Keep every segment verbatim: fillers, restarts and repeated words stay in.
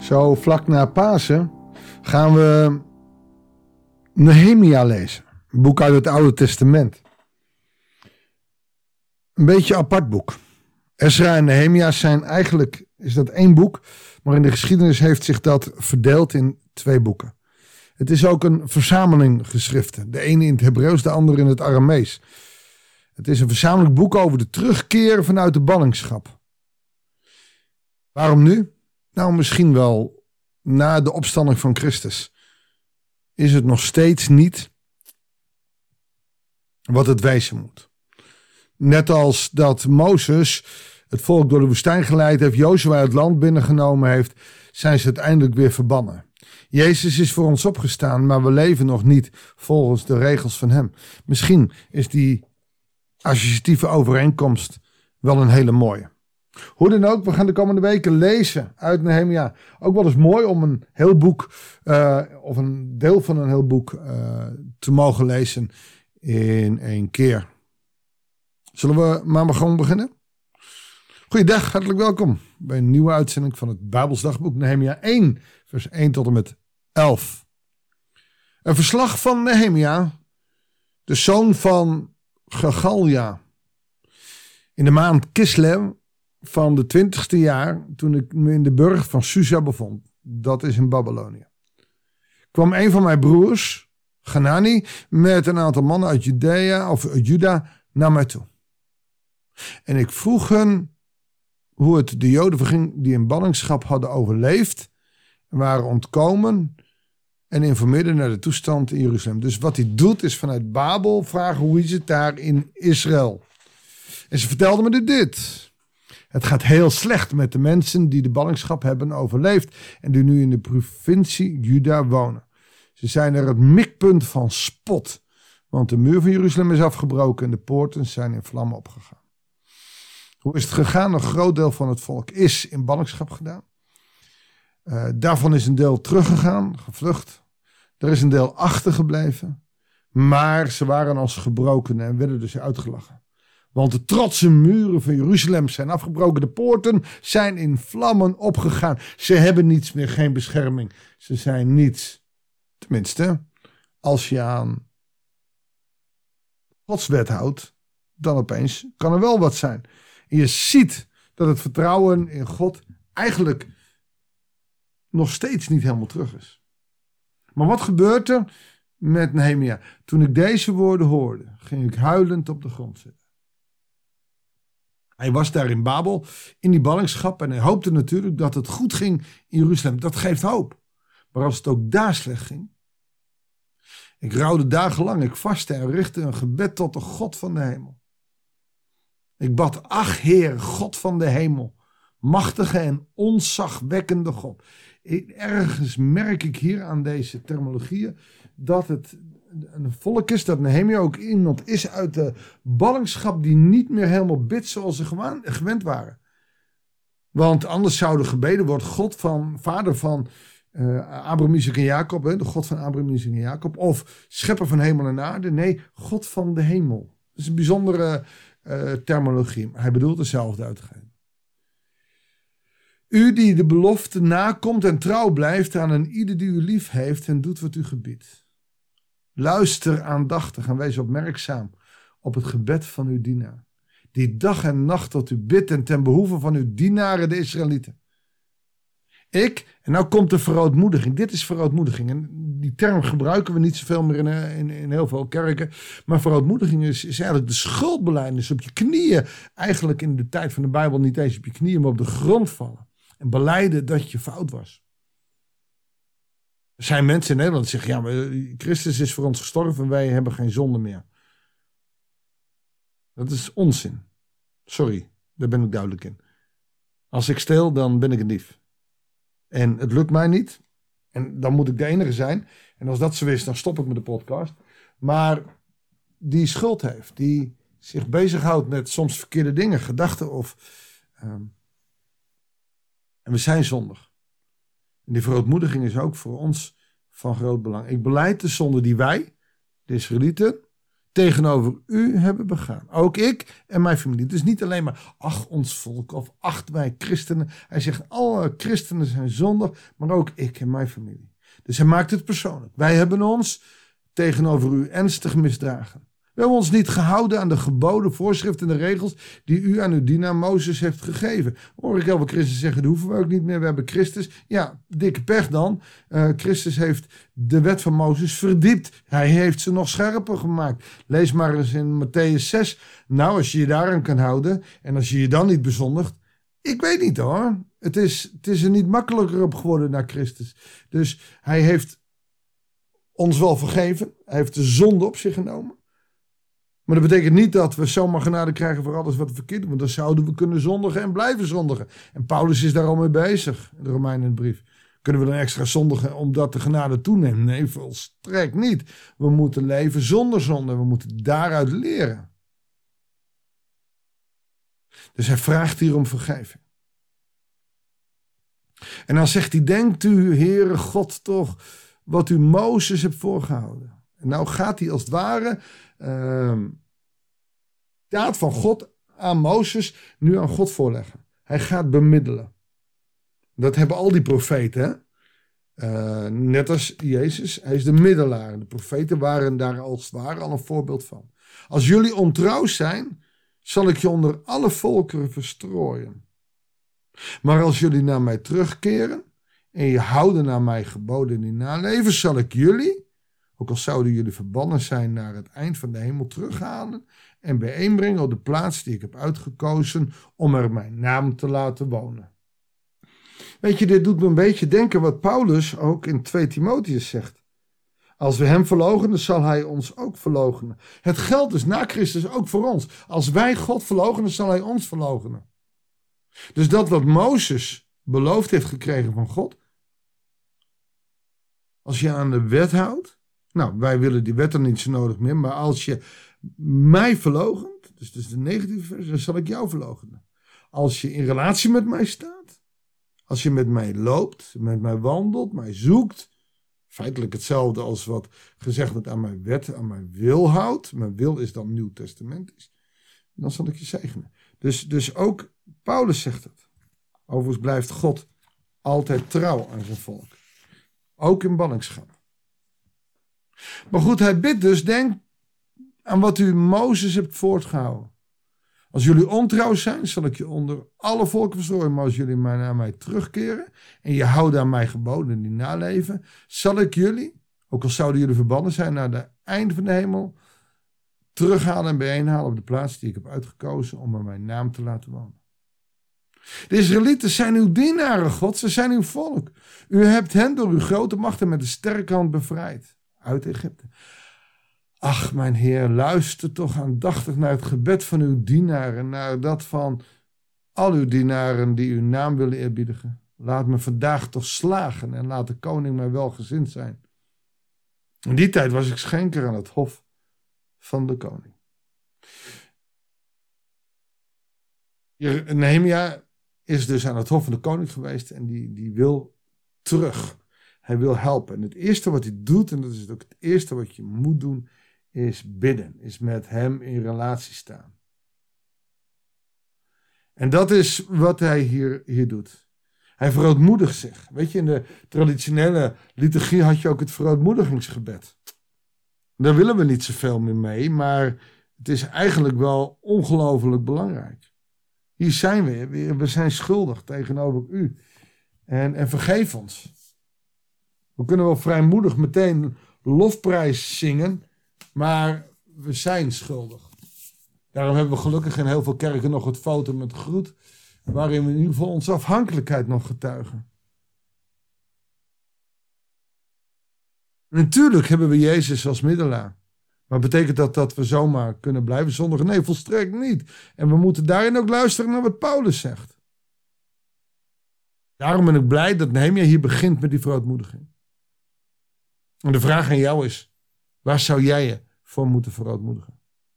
Zo vlak na Pasen gaan we Nehemia lezen. Een boek uit het Oude Testament. Een beetje een apart boek. Ezra en Nehemia zijn eigenlijk, is dat één boek, maar in de geschiedenis heeft zich dat verdeeld in twee boeken. Het is ook een verzameling geschriften. De ene in het Hebreeuws, de andere in het Aramees. Het is een verzamelijk boek over de terugkeer vanuit de ballingschap. Waarom nu? Nou, misschien wel na de opstanding van Christus. Is het nog steeds niet wat het wezen moet. Net als dat Mozes het volk door de woestijn geleid heeft, Jozua het land binnengenomen heeft, zijn ze uiteindelijk weer verbannen. Jezus is voor ons opgestaan, maar we leven nog niet volgens de regels van hem. Misschien is die associatieve overeenkomst wel een hele mooie. Hoe dan ook, we gaan de komende weken lezen uit Nehemia. Ook wel eens mooi om een heel boek, uh, of een deel van een heel boek uh, te mogen lezen in één keer. Zullen we maar, maar gewoon beginnen? Goeiedag, hartelijk welkom bij een nieuwe uitzending van het Bijbels Dagboek Nehemia één, vers één tot en met elf. Een verslag van Nehemia, de zoon van Gegalja. In de maand Kislev van de twintigste jaar, toen ik me in de burcht van Susa bevond, dat is in Babylonië, kwam een van mijn broers, Hanani, met een aantal mannen uit Judea of Juda naar mij toe. En ik vroeg hen hoe het de Joden verging die in ballingschap hadden overleefd en waren ontkomen, en informeerde naar de toestand in Jeruzalem. Dus wat hij doet is vanuit Babel vragen hoe is het daar in Israël. En ze vertelden me dit. Het gaat heel slecht met de mensen die de ballingschap hebben overleefd en die nu in de provincie Juda wonen. Ze zijn er het mikpunt van spot, want de muur van Jeruzalem is afgebroken en de poorten zijn in vlammen opgegaan. Hoe is het gegaan? Een groot deel van het volk is in ballingschap gedaan. Uh, daarvan is een deel teruggegaan, gevlucht. Er is een deel achtergebleven. Maar ze waren als gebrokenen en werden dus uitgelachen. Want de trotse muren van Jeruzalem zijn afgebroken. De poorten zijn in vlammen opgegaan. Ze hebben niets meer, geen bescherming. Ze zijn niets. Tenminste, als je aan Gods wet houdt, dan opeens kan er wel wat zijn. En je ziet dat het vertrouwen in God eigenlijk nog steeds niet helemaal terug is. Maar wat gebeurt er met Nehemia? Toen ik deze woorden hoorde, ging ik huilend op de grond zitten. Hij was daar in Babel, in die ballingschap, en hij hoopte natuurlijk dat het goed ging in Jeruzalem. Dat geeft hoop. Maar als het ook daar slecht ging, ik rouwde dagenlang, ik vastte en richtte een gebed tot de God van de hemel. Ik bad, ach Heer, God van de hemel, machtige en ontzagwekkende God. Ergens merk ik hier aan deze terminologieën dat het een volk is, dat Nehemia ook iemand is uit de ballingschap die niet meer helemaal bidt zoals ze gewend waren. Want anders zouden gebeden worden, God van, vader van uh, Abraham, Isaac en Jacob, hè, de God van Abraham, Isaac en Jacob, of schepper van hemel en aarde. Nee, God van de hemel. Dat is een bijzondere uh, terminologie. Hij bedoelt dezelfde uitgaan. U die de belofte nakomt en trouw blijft aan een ieder die u lief heeft en doet wat u gebiedt. Luister aandachtig en wees opmerkzaam op het gebed van uw dienaar, die dag en nacht tot u bidt en ten behoeve van uw dienaren de Israëlieten. Ik, en nou komt de verootmoediging, dit is verootmoediging, en die term gebruiken we niet zoveel meer in, in, in heel veel kerken, maar verootmoediging is, is eigenlijk de schuldbelijdenis op je knieën, eigenlijk in de tijd van de Bijbel niet eens op je knieën, maar op de grond vallen. En belijden dat je fout was. Er zijn mensen in Nederland die zeggen, ja, maar Christus is voor ons gestorven en wij hebben geen zonde meer. Dat is onzin. Sorry, daar ben ik duidelijk in. Als ik steel, dan ben ik een dief. En het lukt mij niet. En dan moet ik de enige zijn. En als dat zo is, dan stop ik met de podcast. Maar die schuld heeft, die zich bezighoudt met soms verkeerde dingen, gedachten of... Um, En we zijn zondig. En die verootmoediging is ook voor ons van groot belang. Ik belijd de zonde die wij, de Israëlieten, tegenover u hebben begaan. Ook ik en mijn familie. Dus niet alleen maar, ach, ons volk of ach, wij christenen. Hij zegt, alle christenen zijn zondig, maar ook ik en mijn familie. Dus hij maakt het persoonlijk. Wij hebben ons tegenover u ernstig misdragen. We hebben ons niet gehouden aan de geboden, voorschriften en de regels die u aan uw dienaar Mozes heeft gegeven. Hoor ik heel veel christenen zeggen, dat hoeven we ook niet meer, we hebben Christus. Ja, dikke pech dan. Uh, Christus heeft de wet van Mozes verdiept. Hij heeft ze nog scherper gemaakt. Lees maar eens in Matthäus zes. Nou, als je je daaraan kan houden en als je je dan niet bezondigt. Ik weet niet hoor. Het is, het is er niet makkelijker op geworden naar Christus. Dus hij heeft ons wel vergeven. Hij heeft de zonde op zich genomen. Maar dat betekent niet dat we zomaar genade krijgen voor alles wat we verkeerd doen. Want dan zouden we kunnen zondigen en blijven zondigen. En Paulus is daar al mee bezig in de Romeinenbrief. Kunnen we dan extra zondigen omdat de genade toeneemt? Nee, volstrekt niet. We moeten leven zonder zonde. We moeten daaruit leren. Dus hij vraagt hier om vergeving. En dan zegt hij, denkt u, Heere God, toch wat u Mozes hebt voorgehouden. En nou gaat hij als het ware uh, daad van God aan Mozes nu aan God voorleggen. Hij gaat bemiddelen. Dat hebben al die profeten, hè? Uh, net als Jezus, hij is de middelaar. De profeten waren daar als het ware al een voorbeeld van. Als jullie ontrouw zijn, zal ik je onder alle volkeren verstrooien. Maar als jullie naar mij terugkeren en je houden naar mij geboden en die naleven, zal ik jullie, ook al zouden jullie verbannen zijn, naar het eind van de hemel terughalen en bijeenbrengen op de plaats die ik heb uitgekozen om er mijn naam te laten wonen. Weet je, dit doet me een beetje denken wat Paulus ook in twee Timotheüs zegt. Als we hem verloochenen, zal hij ons ook verloochenen. Het geldt dus na Christus ook voor ons. Als wij God verloochenen, zal hij ons verloochenen. Dus dat wat Mozes beloofd heeft gekregen van God. Als je aan de wet houdt. Nou, wij willen die wet dan niet zo nodig meer. Maar als je mij verloochent. Dus, dus de negatieve vers. Dan zal ik jou verloochenen. Als je in relatie met mij staat. Als je met mij loopt. Met mij wandelt. Mij zoekt. Feitelijk hetzelfde als wat gezegd wordt aan mijn wet. Aan mijn wil houdt. Mijn wil is dan Nieuw Testamentisch. Dan zal ik je zegenen. Dus, dus ook Paulus zegt het. Overigens blijft God altijd trouw aan zijn volk. Ook in ballingschap. Maar goed, hij bidt dus, denk aan wat u Mozes hebt voortgehouden. Als jullie ontrouw zijn, zal ik je onder alle volken verstrooien. Maar als jullie naar mij terugkeren en je houden aan mij geboden en die naleven, zal ik jullie, ook al zouden jullie verbannen zijn naar de einde van de hemel, terughalen en bijeenhalen op de plaats die ik heb uitgekozen om er mijn naam te laten wonen. De Israëlieten zijn uw dienaren, God, ze zijn uw volk. U hebt hen door uw grote macht en met de sterke hand bevrijd uit Egypte. Ach, mijn Heer, luister toch aandachtig naar het gebed van uw dienaren, naar dat van al uw dienaren die uw naam willen eerbiedigen. Laat me vandaag toch slagen en laat de koning mij welgezind zijn. In die tijd was ik schenker aan het hof van de koning. Nehemia is dus aan het hof van de koning geweest en die, die wil terug. Hij wil helpen. En het eerste wat hij doet, en dat is ook het eerste wat je moet doen, is bidden. Is met hem in relatie staan. En dat is wat hij hier, hier doet. Hij verootmoedigt zich. Weet je, in de traditionele liturgie had je ook het verootmoedigingsgebed. Daar willen we niet zoveel meer mee, maar het is eigenlijk wel ongelooflijk belangrijk. Hier zijn we weer. We zijn schuldig tegenover u. En, en vergeef ons. We kunnen wel vrijmoedig meteen lofprijs zingen, maar we zijn schuldig. Daarom hebben we gelukkig in heel veel kerken nog het foto met groet, waarin we in ieder geval onze afhankelijkheid nog getuigen. Natuurlijk hebben we Jezus als middelaar. Maar betekent dat dat we zomaar kunnen blijven zondigen? Nee, volstrekt niet. En we moeten daarin ook luisteren naar wat Paulus zegt. Daarom ben ik blij dat Nehemia hier begint met die verootmoediging. En de vraag aan jou is, waar zou jij je voor moeten verootmoedigen?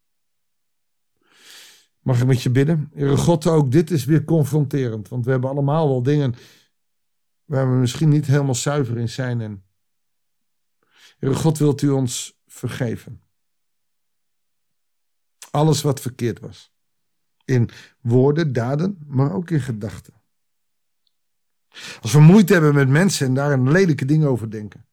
Mag ik met je bidden? Heere God, ook dit is weer confronterend. Want we hebben allemaal wel dingen waar we misschien niet helemaal zuiver in zijn. En Heere God, wilt u ons vergeven? Alles wat verkeerd was. In woorden, daden, maar ook in gedachten. Als we moeite hebben met mensen en daar een lelijke dingen over denken.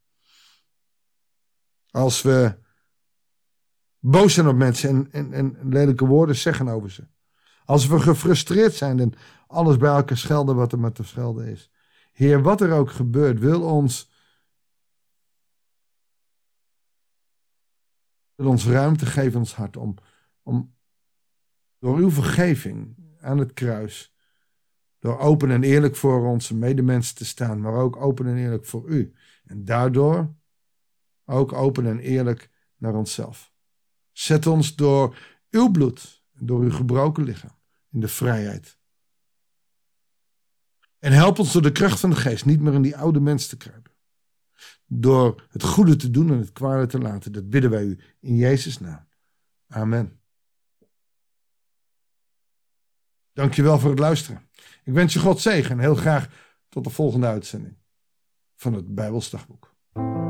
Als we boos zijn op mensen en, en, en lelijke woorden zeggen over ze. Als we gefrustreerd zijn en alles bij elkaar schelden wat er maar te schelden is. Heer, wat er ook gebeurt, wil ons, wil ons ruimte geven in ons hart om, om door uw vergeving aan het kruis, door open en eerlijk voor onze medemensen te staan, maar ook open en eerlijk voor u. En daardoor ook open en eerlijk naar onszelf. Zet ons door uw bloed, door uw gebroken lichaam, in de vrijheid. En help ons door de kracht van de geest niet meer in die oude mens te kruipen. Door het goede te doen en het kwade te laten. Dat bidden wij u in Jezus' naam. Amen. Dankjewel voor het luisteren. Ik wens je God zegen en heel graag tot de volgende uitzending van het Bijbels Dagboek.